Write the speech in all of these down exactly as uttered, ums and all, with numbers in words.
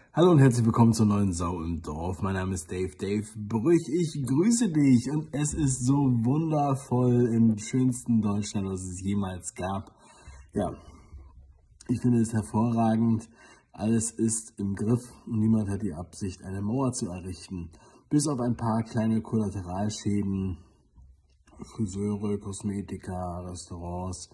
Hallo und herzlich willkommen zur neuen Sau im Dorf. Mein Name ist Dave, Dave Brüch. Ich grüße dich und es ist so wundervoll im schönsten Deutschland, was es jemals gab. Ja, ich finde es hervorragend. Alles ist im Griff und niemand hat die Absicht, eine Mauer zu errichten. Bis auf ein paar kleine Kollateralschäden, Friseure, Kosmetiker, Restaurants,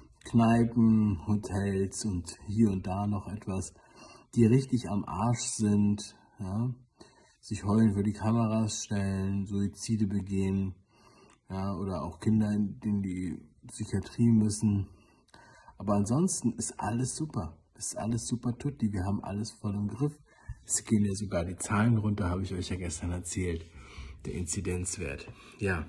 Kneipen, Hotels und hier und da noch etwas, die richtig am Arsch sind, ja, sich heulend für die Kameras stellen, Suizide begehen, ja, oder auch Kinder in, in die Psychiatrie müssen. Aber ansonsten ist alles super. Ist alles super tutti. Wir haben alles voll im Griff. Es gehen ja sogar die Zahlen runter, habe ich euch ja gestern erzählt. Der Inzidenzwert. Ja.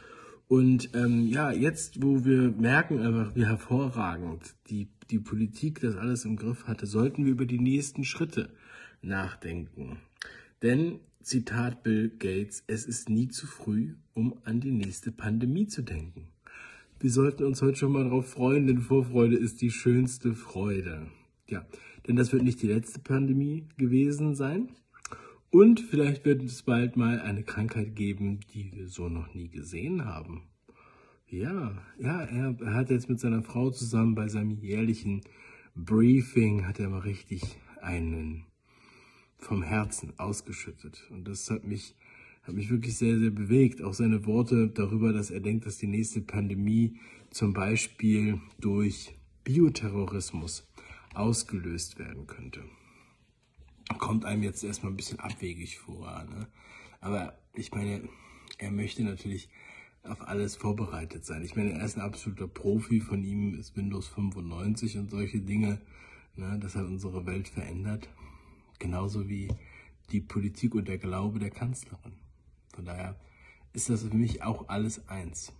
Und ähm, ja, jetzt, wo wir merken einfach, wie hervorragend die, die Politik das alles im Griff hatte, sollten wir über die nächsten Schritte nachdenken. Denn, Zitat Bill Gates, es ist nie zu früh, um an die nächste Pandemie zu denken. Wir sollten uns heute schon mal darauf freuen, denn Vorfreude ist die schönste Freude. Ja, denn das wird nicht die letzte Pandemie gewesen sein. Und vielleicht wird es bald mal eine Krankheit geben, die wir so noch nie gesehen haben. Ja, ja, er, er hat jetzt mit seiner Frau zusammen bei seinem jährlichen Briefing, hat er mal richtig einen vom Herzen ausgeschüttet. Und das hat mich, hat mich wirklich sehr, sehr bewegt. Auch seine Worte darüber, dass er denkt, dass die nächste Pandemie zum Beispiel durch Bioterrorismus ausgelöst werden könnte. Kommt einem jetzt erstmal ein bisschen abwegig vor, ne? Aber ich meine, er möchte natürlich auf alles vorbereitet sein. Ich meine, er ist ein absoluter Profi, von ihm ist Windows fünfundneunzig und solche Dinge, ne? Das hat unsere Welt verändert. Genauso wie die Politik und der Glaube der Kanzlerin. Von daher ist das für mich auch alles eins.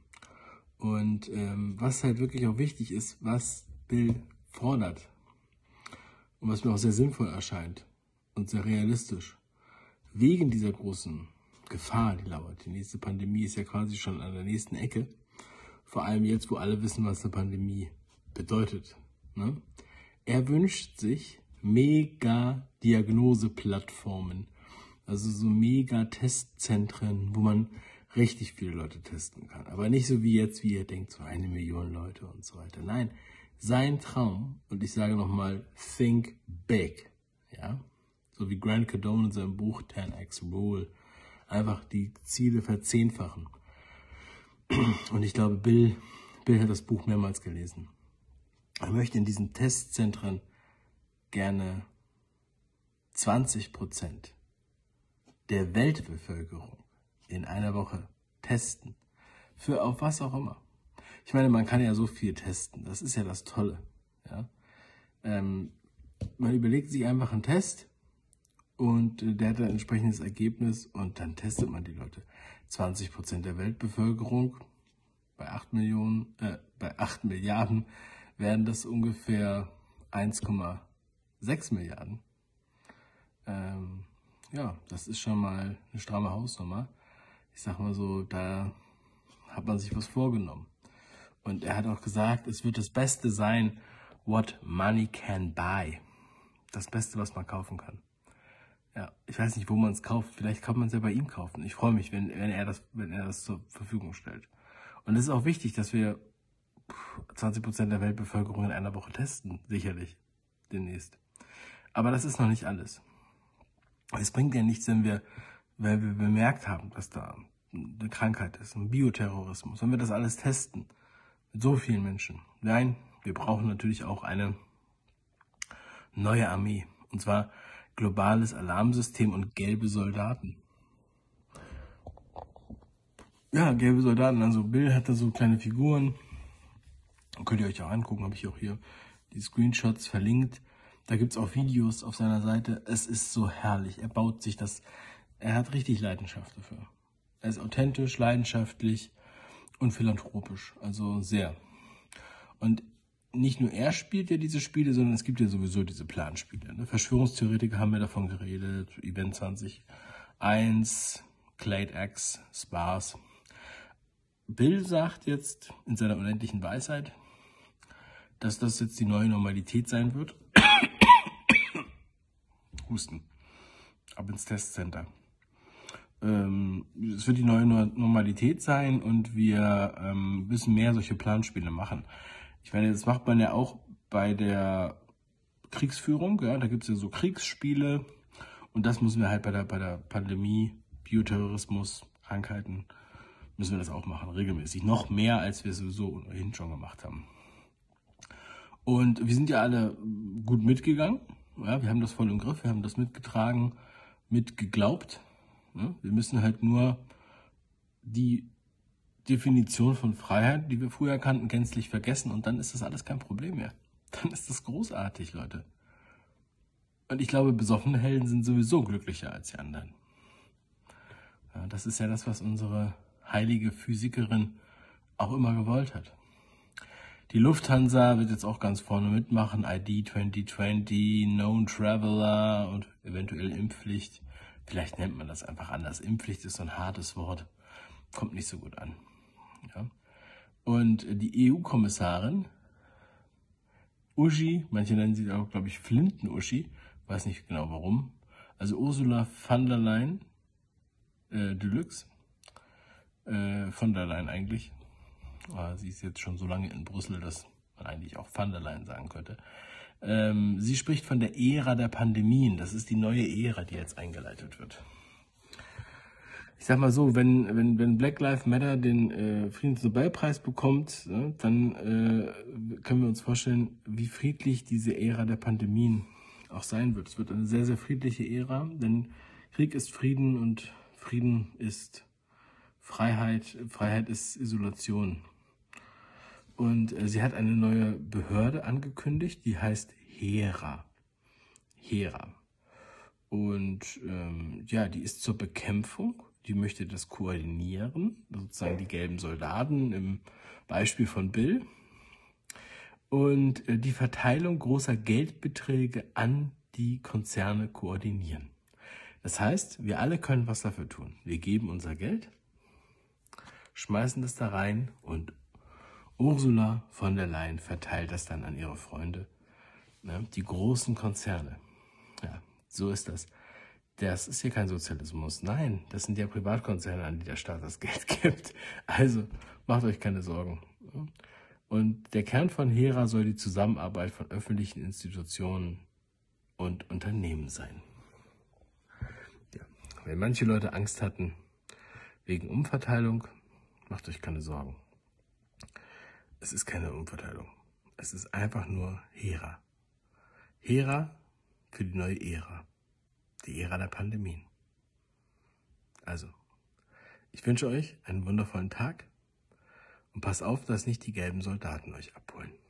Und ähm, was halt wirklich auch wichtig ist, was Bill fordert, und was mir auch sehr sinnvoll erscheint und sehr realistisch. Wegen dieser großen Gefahr, die lauert. Die nächste Pandemie ist ja quasi schon an der nächsten Ecke. Vor allem jetzt, wo alle wissen, was eine Pandemie bedeutet. Ne? Er wünscht sich mega Diagnoseplattformen. Also so mega Testzentren, wo man richtig viele Leute testen kann. Aber nicht so wie jetzt, wie ihr denkt, so eine Million Leute und so weiter. Nein, sein Traum, und ich sage nochmal, think big, ja, so wie Grant Cardone in seinem Buch ten x Rule, einfach die Ziele verzehnfachen. Und ich glaube, Bill, Bill hat das Buch mehrmals gelesen. Er möchte in diesen Testzentren gerne zwanzig Prozent der Weltbevölkerung in einer Woche testen, für auf was auch immer. Ich meine, man kann ja so viel testen. Das ist ja das Tolle. Ja? Ähm, man überlegt sich einfach einen Test und äh, der hat ein entsprechendes Ergebnis und dann testet man die Leute. zwanzig Prozent der Weltbevölkerung, bei acht Millionen, äh, bei acht Milliarden wären das ungefähr eins Komma sechs Milliarden. Ähm, ja, das ist schon mal eine stramme Hausnummer. Ich sag mal so, da hat man sich was vorgenommen. Und er hat auch gesagt, es wird das Beste sein, what money can buy. Das Beste, was man kaufen kann. Ja, ich weiß nicht, wo man es kauft. Vielleicht kann man es ja bei ihm kaufen. Ich freue mich, wenn, wenn, er das, wenn er das zur Verfügung stellt. Und es ist auch wichtig, dass wir zwanzig Prozent der Weltbevölkerung in einer Woche testen. Sicherlich. Demnächst. Aber das ist noch nicht alles. Es bringt ja nichts, wenn wir, wenn wir bemerkt haben, dass da eine Krankheit ist, ein Bioterrorismus. Wenn wir das alles testen. Mit so vielen Menschen. Nein, wir brauchen natürlich auch eine neue Armee. Und zwar globales Alarmsystem und gelbe Soldaten. Ja, gelbe Soldaten. Also Bill hat da so kleine Figuren. Könnt ihr euch auch angucken, habe ich auch hier die Screenshots verlinkt. Da gibt es auch Videos auf seiner Seite. Es ist so herrlich. Er baut sich das. Er hat richtig Leidenschaft dafür. Er ist authentisch, leidenschaftlich und philanthropisch, also sehr. Und nicht nur er spielt ja diese Spiele, sondern es gibt ja sowieso diese Planspiele. Ne? Verschwörungstheoretiker haben ja davon geredet, Event zwanzig eins, Clade X, Spars. Bill sagt jetzt in seiner unendlichen Weisheit, dass das jetzt die neue Normalität sein wird. husten. Ab ins Testcenter. Ähm, es wird die neue Normalität sein und wir ähm, müssen mehr solche Planspiele machen. Ich meine, das macht man ja auch bei der Kriegsführung, ja, da gibt es ja so Kriegsspiele und das müssen wir halt bei der, bei der Pandemie, Bioterrorismus, Krankheiten, müssen wir das auch machen, regelmäßig. Noch mehr, als wir sowieso ohnehin schon gemacht haben. Und wir sind ja alle gut mitgegangen, ja, wir haben das voll im Griff, wir haben das mitgetragen, mitgeglaubt. Ja, wir müssen halt nur die Definition von Freiheit, die wir früher kannten, gänzlich vergessen und dann ist das alles kein Problem mehr. Dann ist das großartig, Leute. Und ich glaube, besoffene Helden sind sowieso glücklicher als die anderen. Ja, das ist ja das, was unsere heilige Physikerin auch immer gewollt hat. Die Lufthansa wird jetzt auch ganz vorne mitmachen, I D zwanzig zwanzig, Known Traveler und eventuell Impfpflicht. Vielleicht nennt man das einfach anders. Impfpflicht ist so ein hartes Wort, kommt nicht so gut an. Ja. Und die E U-Kommissarin, Uschi, manche nennen sie auch, glaube ich, Flinten-Uschi, weiß nicht genau warum, also Ursula von der Leyen, äh, Deluxe, äh, von der Leyen eigentlich, aber sie ist jetzt schon so lange in Brüssel, dass man eigentlich auch von der Leyen sagen könnte. Ähm, sie spricht von der Ära der Pandemien, das ist die neue Ära, die jetzt eingeleitet wird. Ich sag mal so, wenn, wenn, wenn Black Lives Matter den äh, Friedensnobelpreis bekommt, ne, dann äh, können wir uns vorstellen, wie friedlich diese Ära der Pandemien auch sein wird. Es wird eine sehr, sehr friedliche Ära, denn Krieg ist Frieden und Frieden ist Freiheit, Freiheit ist Isolation. Und äh, sie hat eine neue Behörde angekündigt, die heißt HERA. HERA. Und ähm, ja, die ist zur Bekämpfung. Die möchte das koordinieren, sozusagen die gelben Soldaten im Beispiel von Bill. Und äh, die Verteilung großer Geldbeträge an die Konzerne koordinieren. Das heißt, wir alle können was dafür tun. Wir geben unser Geld, schmeißen das da rein und Ursula von der Leyen verteilt das dann an ihre Freunde, ne, die großen Konzerne. Ja, so ist das. Das ist hier kein Sozialismus. Nein, das sind ja Privatkonzerne, an die der Staat das Geld gibt. Also macht euch keine Sorgen. Und der Kern von HERA soll die Zusammenarbeit von öffentlichen Institutionen und Unternehmen sein. Ja. Wenn manche Leute Angst hatten wegen Umverteilung, macht euch keine Sorgen. Es ist keine Umverteilung. Es ist einfach nur HERA. HERA für die neue Ära. Die Ära der Pandemien. Also, ich wünsche euch einen wundervollen Tag und passt auf, dass nicht die gelben Soldaten euch abholen.